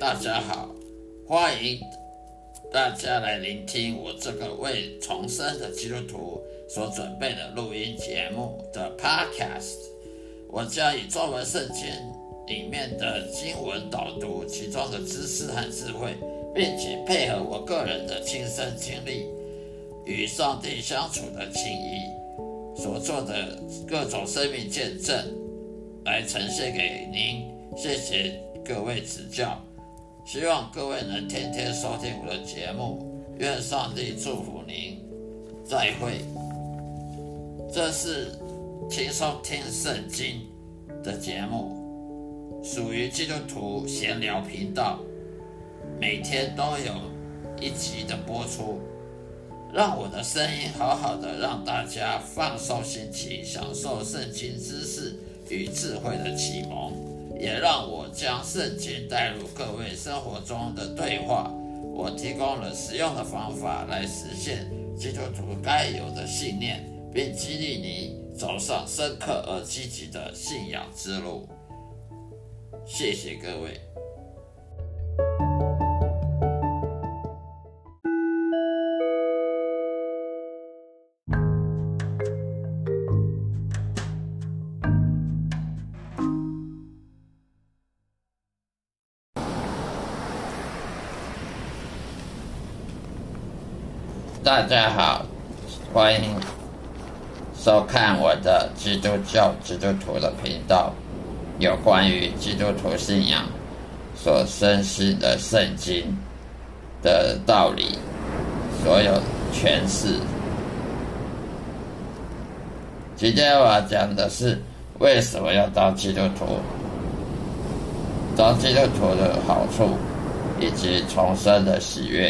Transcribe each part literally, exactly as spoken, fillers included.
大家好，欢迎大家来聆听我这个为重生的基督徒所准备的录音节目的 Podcast。 我将以中文圣经里面的经文导读其中的知识和智慧，并且配合我个人的亲身经历与上帝相处的情谊所做的各种生命见证来呈现给您。谢谢各位指教，希望各位能天天收听我的节目，愿上帝祝福您，再会。这是轻松听圣经的节目，属于基督徒闲聊频道，每天都有一集的播出，让我的声音好好的让大家放松心情，享受圣经知识与智慧的启蒙，也让我将圣经带入各位生活中的对话。我提供了实用的方法来实现基督徒该有的信念，并激励你走上深刻而积极的信仰之路。谢谢各位。大家好，欢迎收看我的基督教基督徒的频道，有关于基督徒信仰所深信的圣经的道理，所有诠释。今天我要讲的是为什么要当基督徒，当基督徒的好处，以及重生的喜悦。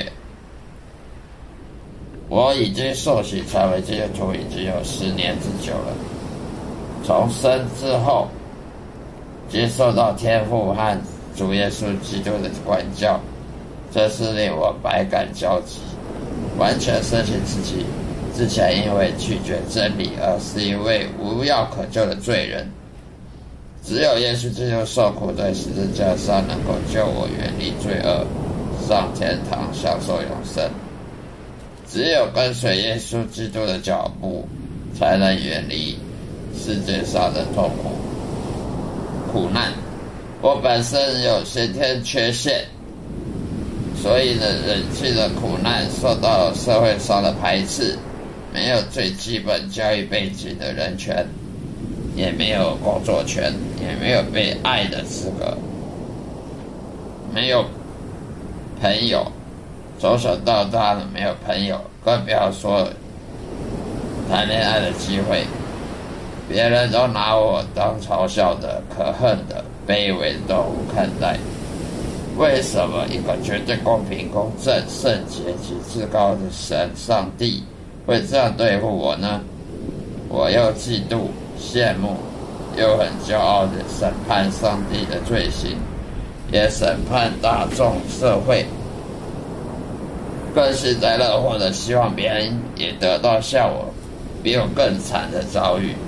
我已经受洗成为基督徒已经有十年之久了。重生之后，接受到天父和主耶稣基督的管教，这是令我百感交集，完全深信自己之前因为拒绝真理而是一位无药可救的罪人。只有耶稣基督受苦在十字架上，能够救我远离罪恶，上天堂享受永生。只有跟随耶稣基督的脚步，才能远离世界上的痛苦、苦难。我本身有先天缺陷，所以呢，忍气的苦难，受到社会上的排斥，没有最基本教育背景的人权，也没有工作权，也没有被爱的资格，没有朋友。从小到大呢，没有朋友，更不要说谈恋爱的机会。别人都拿我当嘲笑的、可恨的、卑微的动物看待。为什么一个绝对公平、公正、圣洁及至高的神上帝会这样对付我呢？我又嫉妒、羡慕，又很骄傲地审判上帝的罪行，也审判大众社会。更幸灾乐祸的希望别人也得到像我比我更惨的遭遇。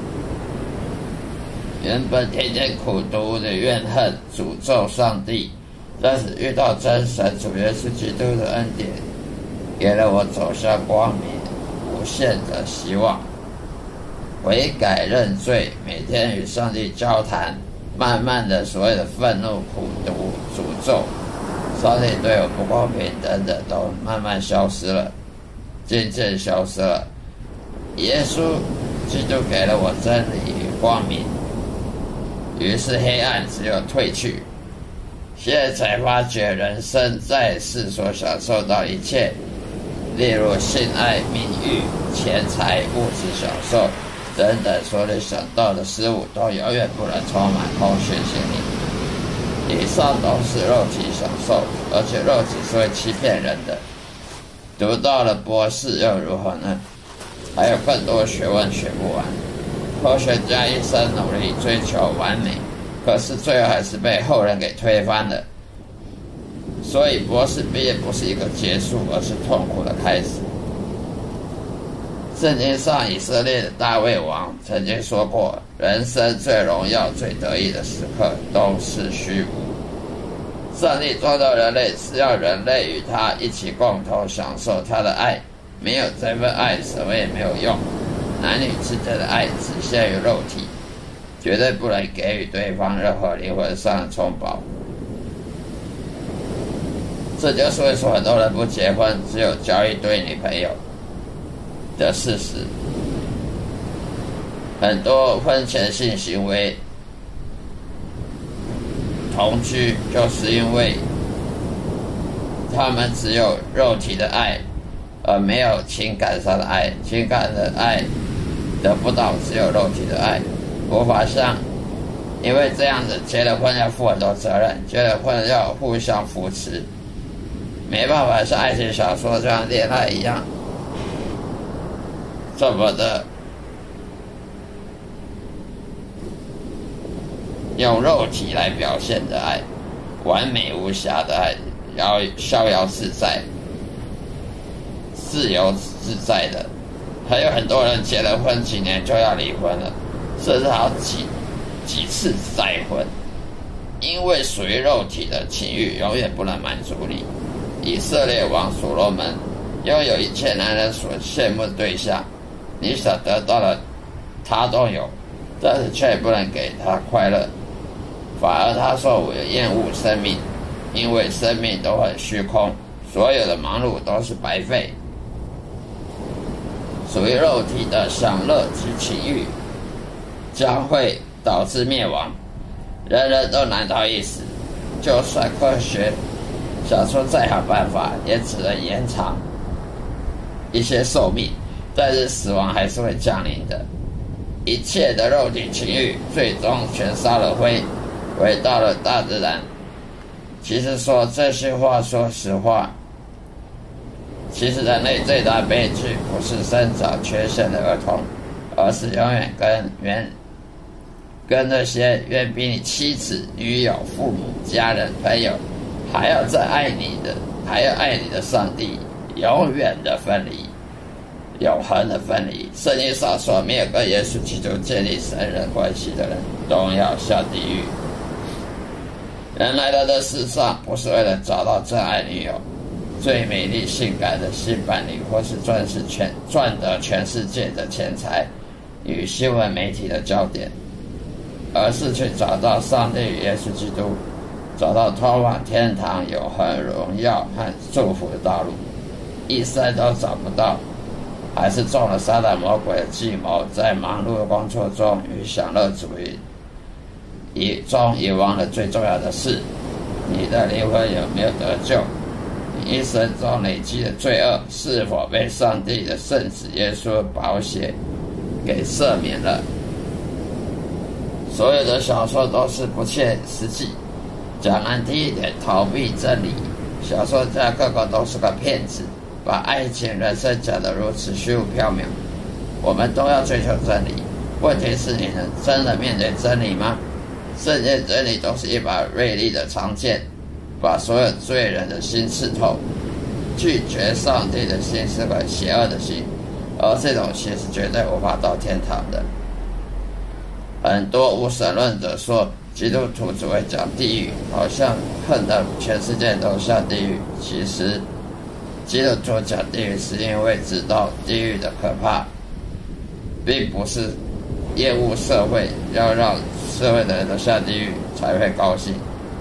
原本天天苦读的怨恨、诅咒上帝，但是遇到真神主耶稣基督的恩典，给了我走向光明无限的希望。悔改认罪，每天与上帝交谈，慢慢的所有的愤怒、苦毒、诅咒，上帝对我不公平等等都慢慢消失了，渐渐消失了。耶稣基督给了我真理与光明，于是黑暗只有退去。现在才发觉人生在世所享受到一切，例如性爱、名誉、钱财、物质享受等等所能想到的事物，都永远不能充满空虚心灵。以上都是肉体享受，而且肉体是会欺骗人的。读到了博士又如何呢？还有更多学问学不完。科学家一生努力追求完美，可是最后还是被后人给推翻了。所以博士毕业不是一个结束，而是痛苦的开始。圣经上以色列的大卫王曾经说过，人生最荣耀最得意的时刻都是虚无。 上帝创造人类是要人类与他一起共同享受他的爱，没有这份爱什么也没有用。男女之间的爱只限于肉体，绝对不能给予对方任何灵魂上的充饱。这就是为什么很多人不结婚，只有交一堆女朋友的事实。很多婚前性行为同居，就是因为他们只有肉体的爱，而没有情感上的爱。情感的爱得不到，只有肉体的爱，无法像因为这样子结了婚要负很多责任，结了婚要互相扶持，没办法像爱情小说这样恋爱一样这么的用肉体来表现的爱，完美无瑕的爱，然后逍遥自在、自由自在的。还有很多人结了婚几年就要离婚了，甚至好几几次再婚，因为属于肉体的情欲永远不能满足你。以色列王所罗门拥有一切男人所羡慕的对象，你所得到的他都有，但是却不能给他快乐，反而他说我厌恶生命，因为生命都很虚空，所有的忙碌都是白费。属于肉体的享乐及情欲将会导致灭亡，人人都难逃一死。就算科学想出再好办法，也只能延长一些寿命，但是死亡还是会降临的。一切的肉体情欲最终全烧了灰，回到了大自然。其实说这些话，说实话，其实人类最大悲剧不是生长缺陷的儿童，而是永远跟原跟那些远比你妻子、女友、父母、家人、朋友还要再爱你的，还要爱你的上帝，永远的分离，永恒的分离。圣经上说，没有跟耶稣基督建立神人关系的人，都要下地狱。人来到这世上，不是为了找到真爱女友、最美丽性感的新伴侣，或是赚是全赚得全世界的钱财与新闻媒体的焦点，而是去找到上帝与耶稣基督，找到通往天堂永恒荣耀和祝福的道路。一生都找不到，还是中了撒旦魔鬼的计谋，在忙碌的工作中与享乐主义以中遗忘了最重要的事：你的灵魂有没有得救？你一生中累积的罪恶是否被上帝的圣子耶稣的宝血给赦免了？所有的小说都是不切实际，讲难听一点，逃避真理。小说家个个都是个骗子，把爱情人生讲得如此虚无缥缈。我们都要追求真理，问题是你能真的面对真理吗？圣经真理都是一把锐利的长剑，把所有罪人的心刺透。拒绝上帝的心是个邪恶的心，而这种心是绝对无法到天堂的。很多无神论者说基督徒只会讲地狱，好像恨得全世界都下地狱。其实基督徒讲地狱是因为知道地狱的可怕，并不是厌恶社会，要让社会的人都下地狱才会高兴。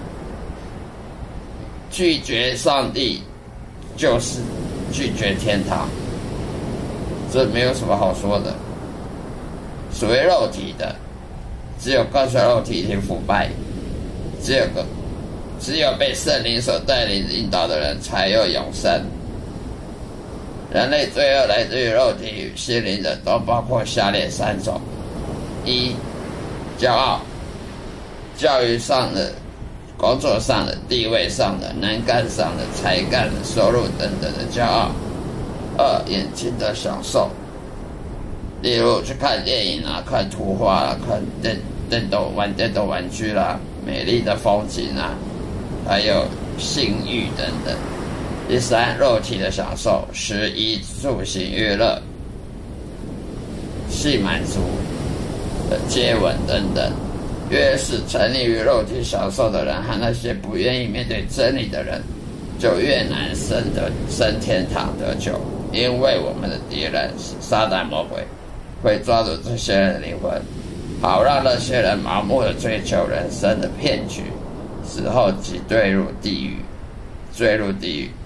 拒绝上帝就是拒绝天堂，这没有什么好说的。属于肉体的，只有跟随肉体已经腐败，只有个只有被圣灵所带领引导的人才有永生。人类罪恶来自于肉体与心灵的，都包括下列三种：一、骄傲，教育上的、工作上的、地位上的、能干上的、才干的、收入等等的骄傲；二、眼睛的享受，例如去看电影啊、看图画啊、看电电动玩电动玩具啦、啊、美丽的风景啊，还有性欲等等。第三，肉体的享受，食衣住行娱乐、性满足、接吻等等。 越是沉溺于肉体享受的人和那些不愿意面对真理的人，就越难升得升天堂得救。因为我们的敌人撒旦魔鬼会抓住这些人的灵魂，好让那些人盲目的追求人生的骗局，死后即坠入地狱，坠入地狱。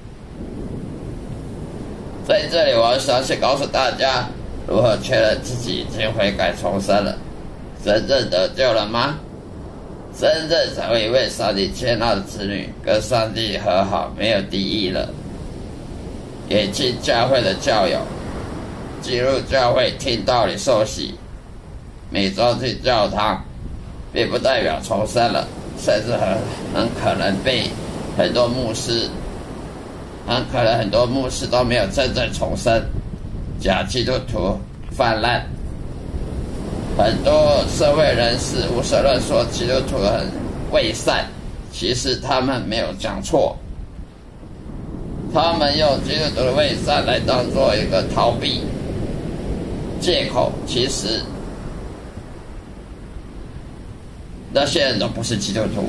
在这里，我要详细告诉大家如何确认自己已经悔改重生了，真正得救了吗？真正成为一位上帝接纳的子女，跟上帝和好，没有敌意了。也进教会的教友，进入教会听道理受洗，每周去教堂，并不代表重生了，甚至很很可能被很多牧师，很可能很多牧师都没有真正重生，假基督徒泛滥。很多社会人士无神论说基督徒很伪善，其实他们没有讲错。他们用基督徒的伪善来当做一个逃避借口，其实那些人都不是基督徒，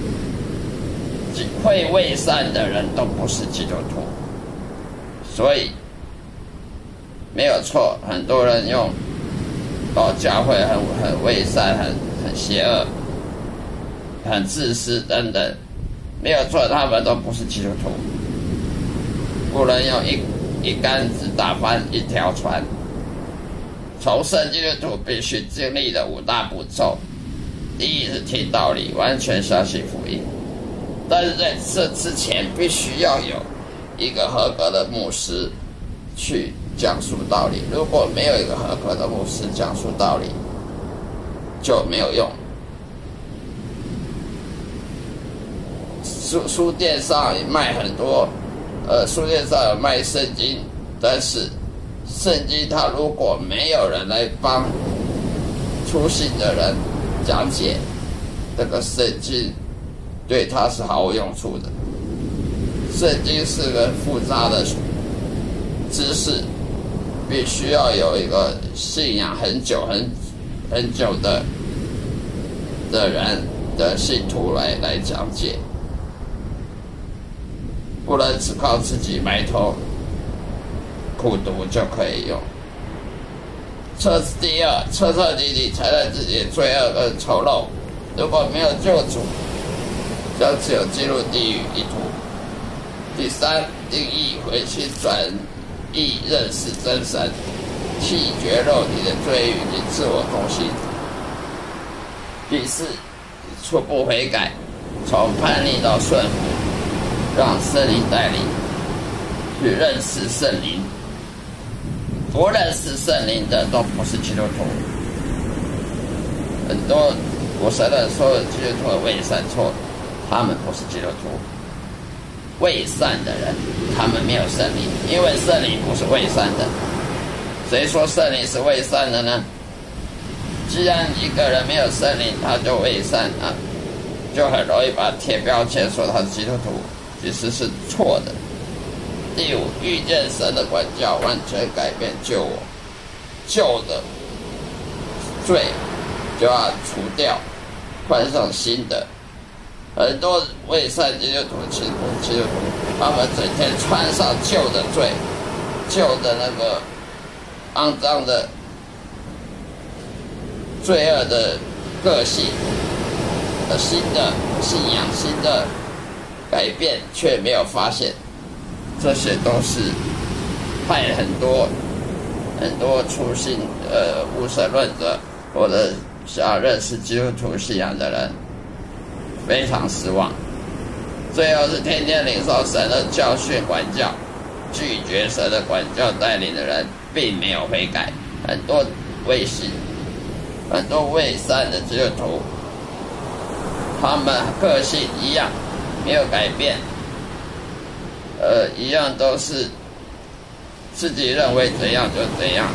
会伪善的人都不是基督徒，所以没有错。很多人用哦教会很很伪善、很很邪恶、很自私等等，没有错，他们都不是基督徒。不能用一一竿子打翻一条船。重生基督徒必须经历的五大步骤：第一是听道理，完全相信福音。但是在这之前，必须要有一个合格的牧师去讲述道理。如果没有一个合格的牧师讲述道理，就没有用。书书店上也卖很多。呃，书店上有卖圣经，但是圣经它如果没有人来帮初信的人讲解这个圣经，对他是毫无用处的。圣经是个复杂的知识，必须要有一个信仰很久很很久的的人的信徒来来讲解。不能只靠自己埋头苦读就可以用。彻第二，彻彻底底承认自己的罪恶跟丑陋。如果没有救主，将只有进入地狱一途。第三，定义回心转意，认识真神，弃绝肉体的罪欲及自我中心。第四，初步悔改，从叛逆到顺服。让圣灵带领去认识圣灵，不认识圣灵的都不是基督徒。很多我承认说基督徒的伪善错，他们不是基督徒。伪善的人，他们没有圣灵，因为圣灵不是伪善的。谁说圣灵是伪善的呢？既然一个人没有圣灵，他就伪善啊，就很容易把贴标签说他是基督徒。其实是错的。第五，遇见神的管教，完全改变救我，旧的罪就要除掉，换上新的。很多伪善基督徒、基督基督徒，他们整天穿上旧的罪，旧的那个肮脏的、罪恶的个性，而新的信仰、新的改变却没有发现，这些都是害很多很多初信呃无神论者或者想认识基督徒信仰的人非常失望。最后是天天领受神的教训管教，拒绝神的管教带领的人并没有悔改。很多伪信很多伪善的基督徒，他们个性一样没有改变，呃，一样都是自己认为怎样就怎样，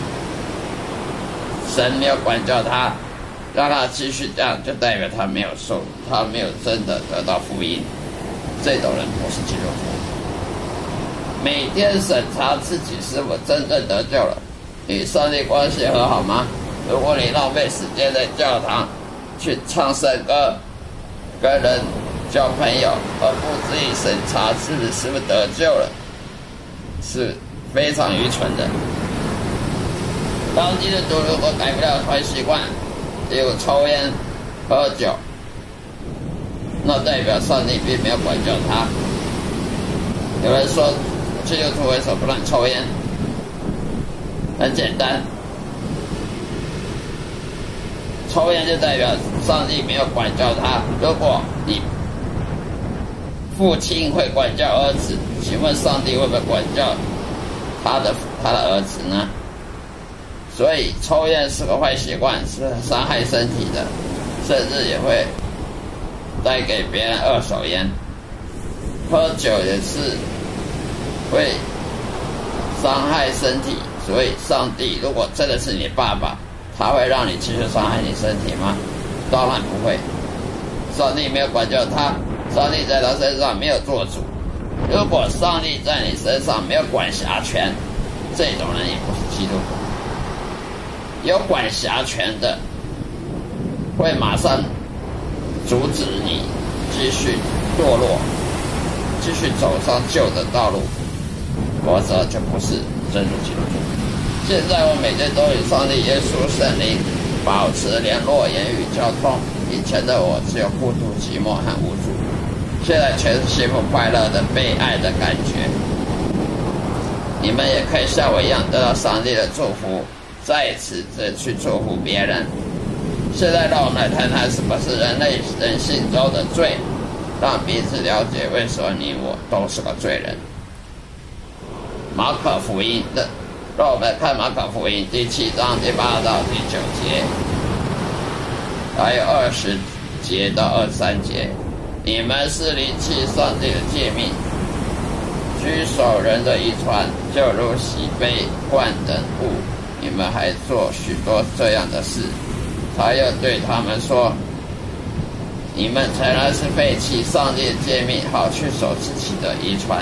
神没有管教他，让他继续这样，就代表他没有受，他没有真的得到福音。这种人不是基督徒。每天审查自己是否真正得救了，与上帝关系和好吗？如果你浪费时间在教堂， 去唱圣歌，跟人交朋友，而不自己审查是不是是不是得救了，是非常愚蠢的。当基督徒如果改不了坏习惯，例如抽烟、喝酒，那代表上帝并没有管教他。有人说，基督徒为什么不能抽烟？很简单，抽烟就代表上帝没有管教他。如果你父亲会管教儿子，请问上帝会不会管教他的他的儿子呢？所以抽烟是个坏习惯，是伤害身体的，甚至也会带给别人二手烟。喝酒也是会伤害身体，所以上帝如果真的是你爸爸，他会让你继续伤害你身体吗？当然不会。上帝没有管教他，上帝在他身上没有做主。如果上帝在你身上没有管辖权，这种人也不是基督徒。有管辖权的会马上阻止你继续堕落，继续走上旧的道路，否则就不是真的基督徒。现在我每天都与上帝、耶稣、圣灵保持联络、言语交通。以前的我只有孤独、寂寞和无助，现在全是幸福、快乐的、被爱的感觉。你们也可以像我一样得到上帝的祝福，在此的去祝福别人。现在让我们来谈谈什么是人类人性中的罪，让彼此了解为什么你我都是个罪人。马可福音的，让我们来看马可福音第七章第八到第九节，还有二十节到二十三节。你们是离弃上帝的诫命，居守人的遗传，就如洗杯、罐等物，你们还做许多这样的事。他又对他们说，你们诚然是废弃上帝的诫命，好去守自己的遗传。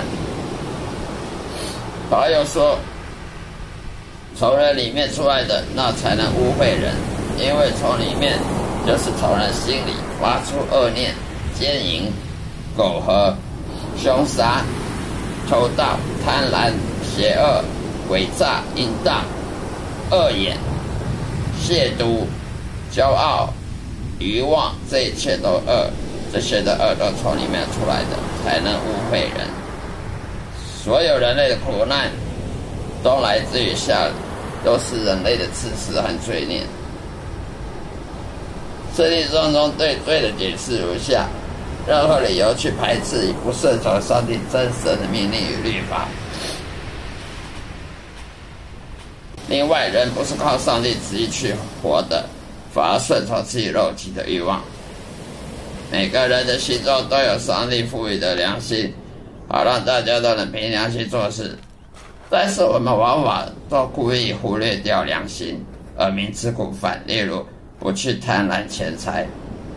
他又说，从人里面出来的，那才能污秽人，因为从里面就是从人心里发出恶念、奸淫、苟合、凶杀、偷盗、贪婪、邪恶、诡诈、淫荡、恶言、亵渎、骄傲、愚妄，这一切都恶，这些的恶都从里面出来的，才能污秽人。所有人类的苦难都来自于下，都是人类的自私和罪孽。圣经当中对罪的解释如下：任何理由去排斥与不顺从上帝真神的命令与律法。另外，人不是靠上帝旨意去活的，反而顺从自己肉体的欲望。每个人的心中都有上帝赋予的良心，好让大家都能凭良心做事。但是我们往往都故意忽略掉良心，而明知故犯。例如，不去贪婪钱财，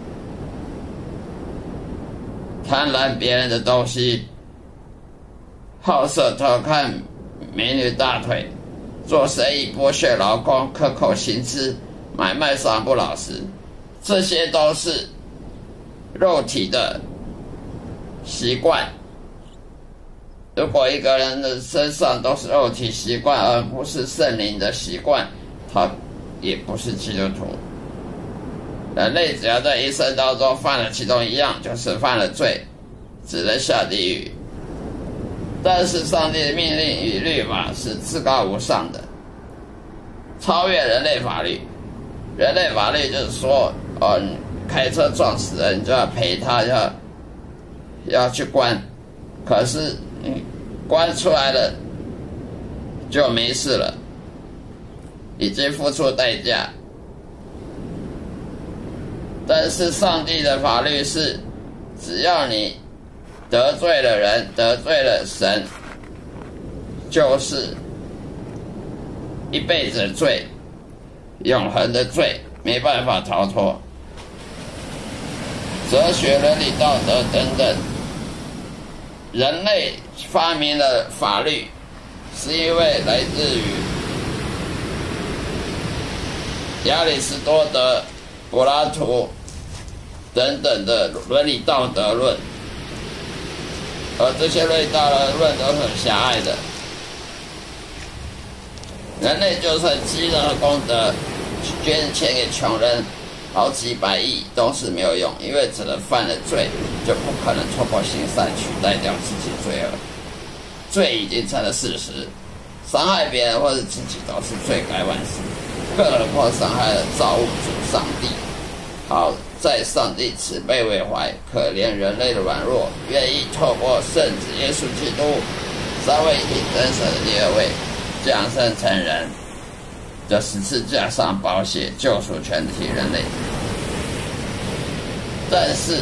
贪婪别人的东西，好色偷看美女大腿，做生意剥削劳工，克扣薪资，买卖上不老实，这些都是肉体的习惯。如果一个人的身上都是肉体习惯，而不是圣灵的习惯，他也不是基督徒。人类只要在一生当中犯了其中一样，就是犯了罪，只能下地狱。但是上帝的命令与律法是至高无上的，超越人类法律。人类法律就是说，哦，你开车撞死人，你就要赔他，要要去关。可是你关出来了就没事了，已经付出代价。但是上帝的法律是，只要你得罪了人，得罪了神，就是一辈子的罪，永恒的罪，没办法逃脱。哲学、伦理、道德等等，人类发明的法律，是因为来自于亚里士多德、柏拉图等等的伦理道德论，而这些伦理道德论都很狭隘的。人类就算积了功德，捐钱给穷人好几百亿都是没有用，因为只能犯了罪，就不可能透过行善取代掉自己罪恶。罪已经成了事实，伤害别人或者自己都是罪该万死，更何况伤害了造物主上帝。好在上帝慈悲为怀，可怜人类的软弱，愿意透过圣子耶稣基督三位一体真神的第二位降生成人，这十字架上宝血救赎全体人类。但是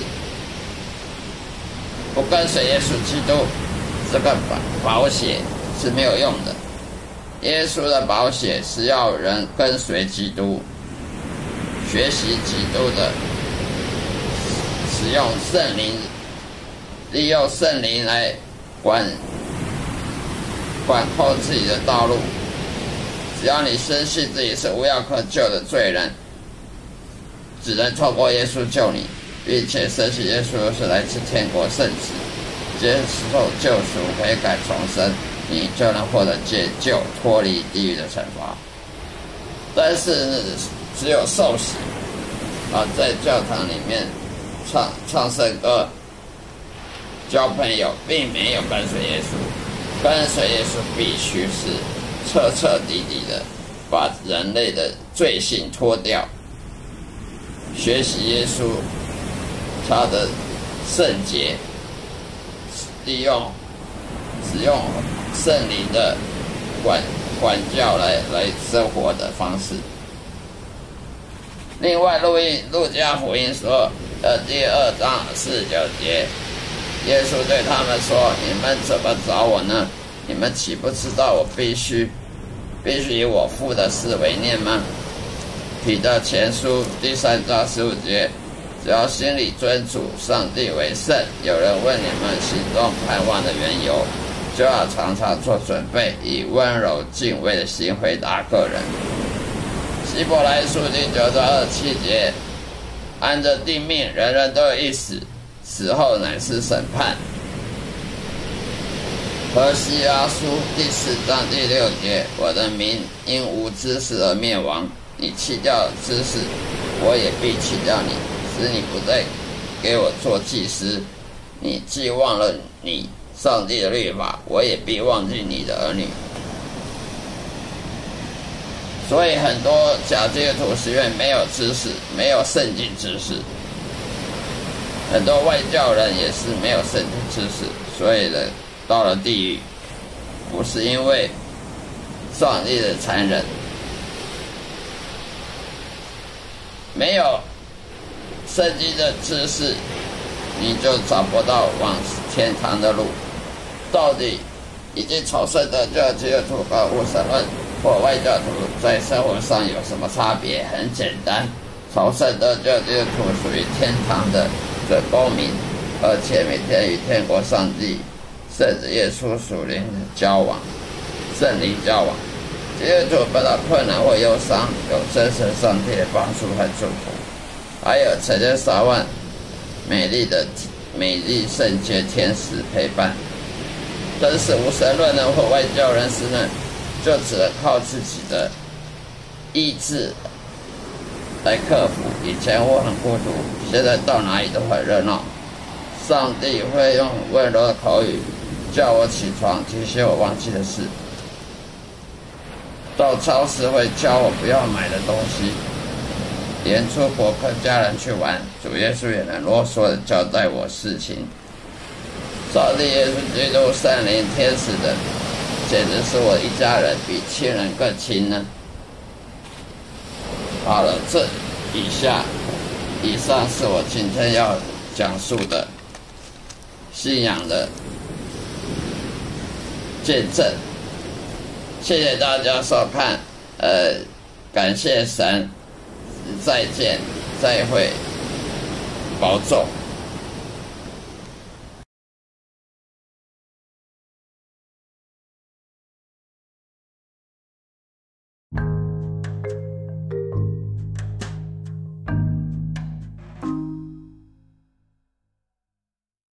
不跟随耶稣基督，这个宝血是没有用的。耶稣的宝血是要人跟随基督，学习基督的，使用圣灵，利用圣灵来管管控自己的道路。只要你深信自己是无药可救的罪人，只能透过耶稣救你，并且深信耶稣是来自天国圣子，接受救赎、悔改、重生，你就能获得解救，脱离地狱的惩罚。但是只有受洗啊，在教堂里面唱唱圣歌、交朋友，并没有跟随耶稣。跟随耶稣必须是彻彻底底的把人类的罪性脱掉，学习耶稣他的圣洁，利用使用圣灵的管管教来来生活的方式。另外，路易路加福音说，呃，第二章四十九节，耶稣对他们说：“你们怎么找我呢？你们岂不知道我必须必须以我父的事为念吗？”彼得前书第三章十五节，只要心里尊主上帝为圣，有人问你们心中盼望的缘由，就要常常做准备，以温柔敬畏的心回答个人。希伯来书第九章二十七节，按着定命，人人都有一死，死后乃是审判。何西阿书第四章第六节，我的民因无知识而灭亡，你弃掉知识，我也必弃掉你，使你不再给我做祭司。你既忘了你上帝的律法，我也必忘记你的儿女。所以很多假基督徒是因为没有知识，没有圣经知识。很多外教人也是没有圣经知识，所以呢，到了地狱，不是因为上帝的残忍，没有圣经的知识，你就找不到往天堂的路。到底已经重生的教基督徒和无神论或外教徒在生活上有什么差别？很简单，重生的教基督徒属于天堂的准公民，而且每天与天国上帝圣子耶稣属灵交往，圣灵交往。基督徒碰到困难或忧伤，有真神上帝的帮助和祝福，还有成千上万美丽的美丽圣洁天使陪伴。真是无神论人或外教人士呢，就只能靠自己的意志来克服。以前我很孤独，现在到哪里都很热闹。上帝会用温柔的口语叫我起床，提醒我忘记的事。到超市会教我不要买的东西，连出国跟家人去玩，主耶稣也能啰嗦的交代我事情。上帝耶稣基督圣灵天使的，简直是我一家人，比亲人更亲呢。好了，这以下以上是我今天要讲述的信仰的见证。谢谢大家收看，呃，感谢神，再见，再会，保重。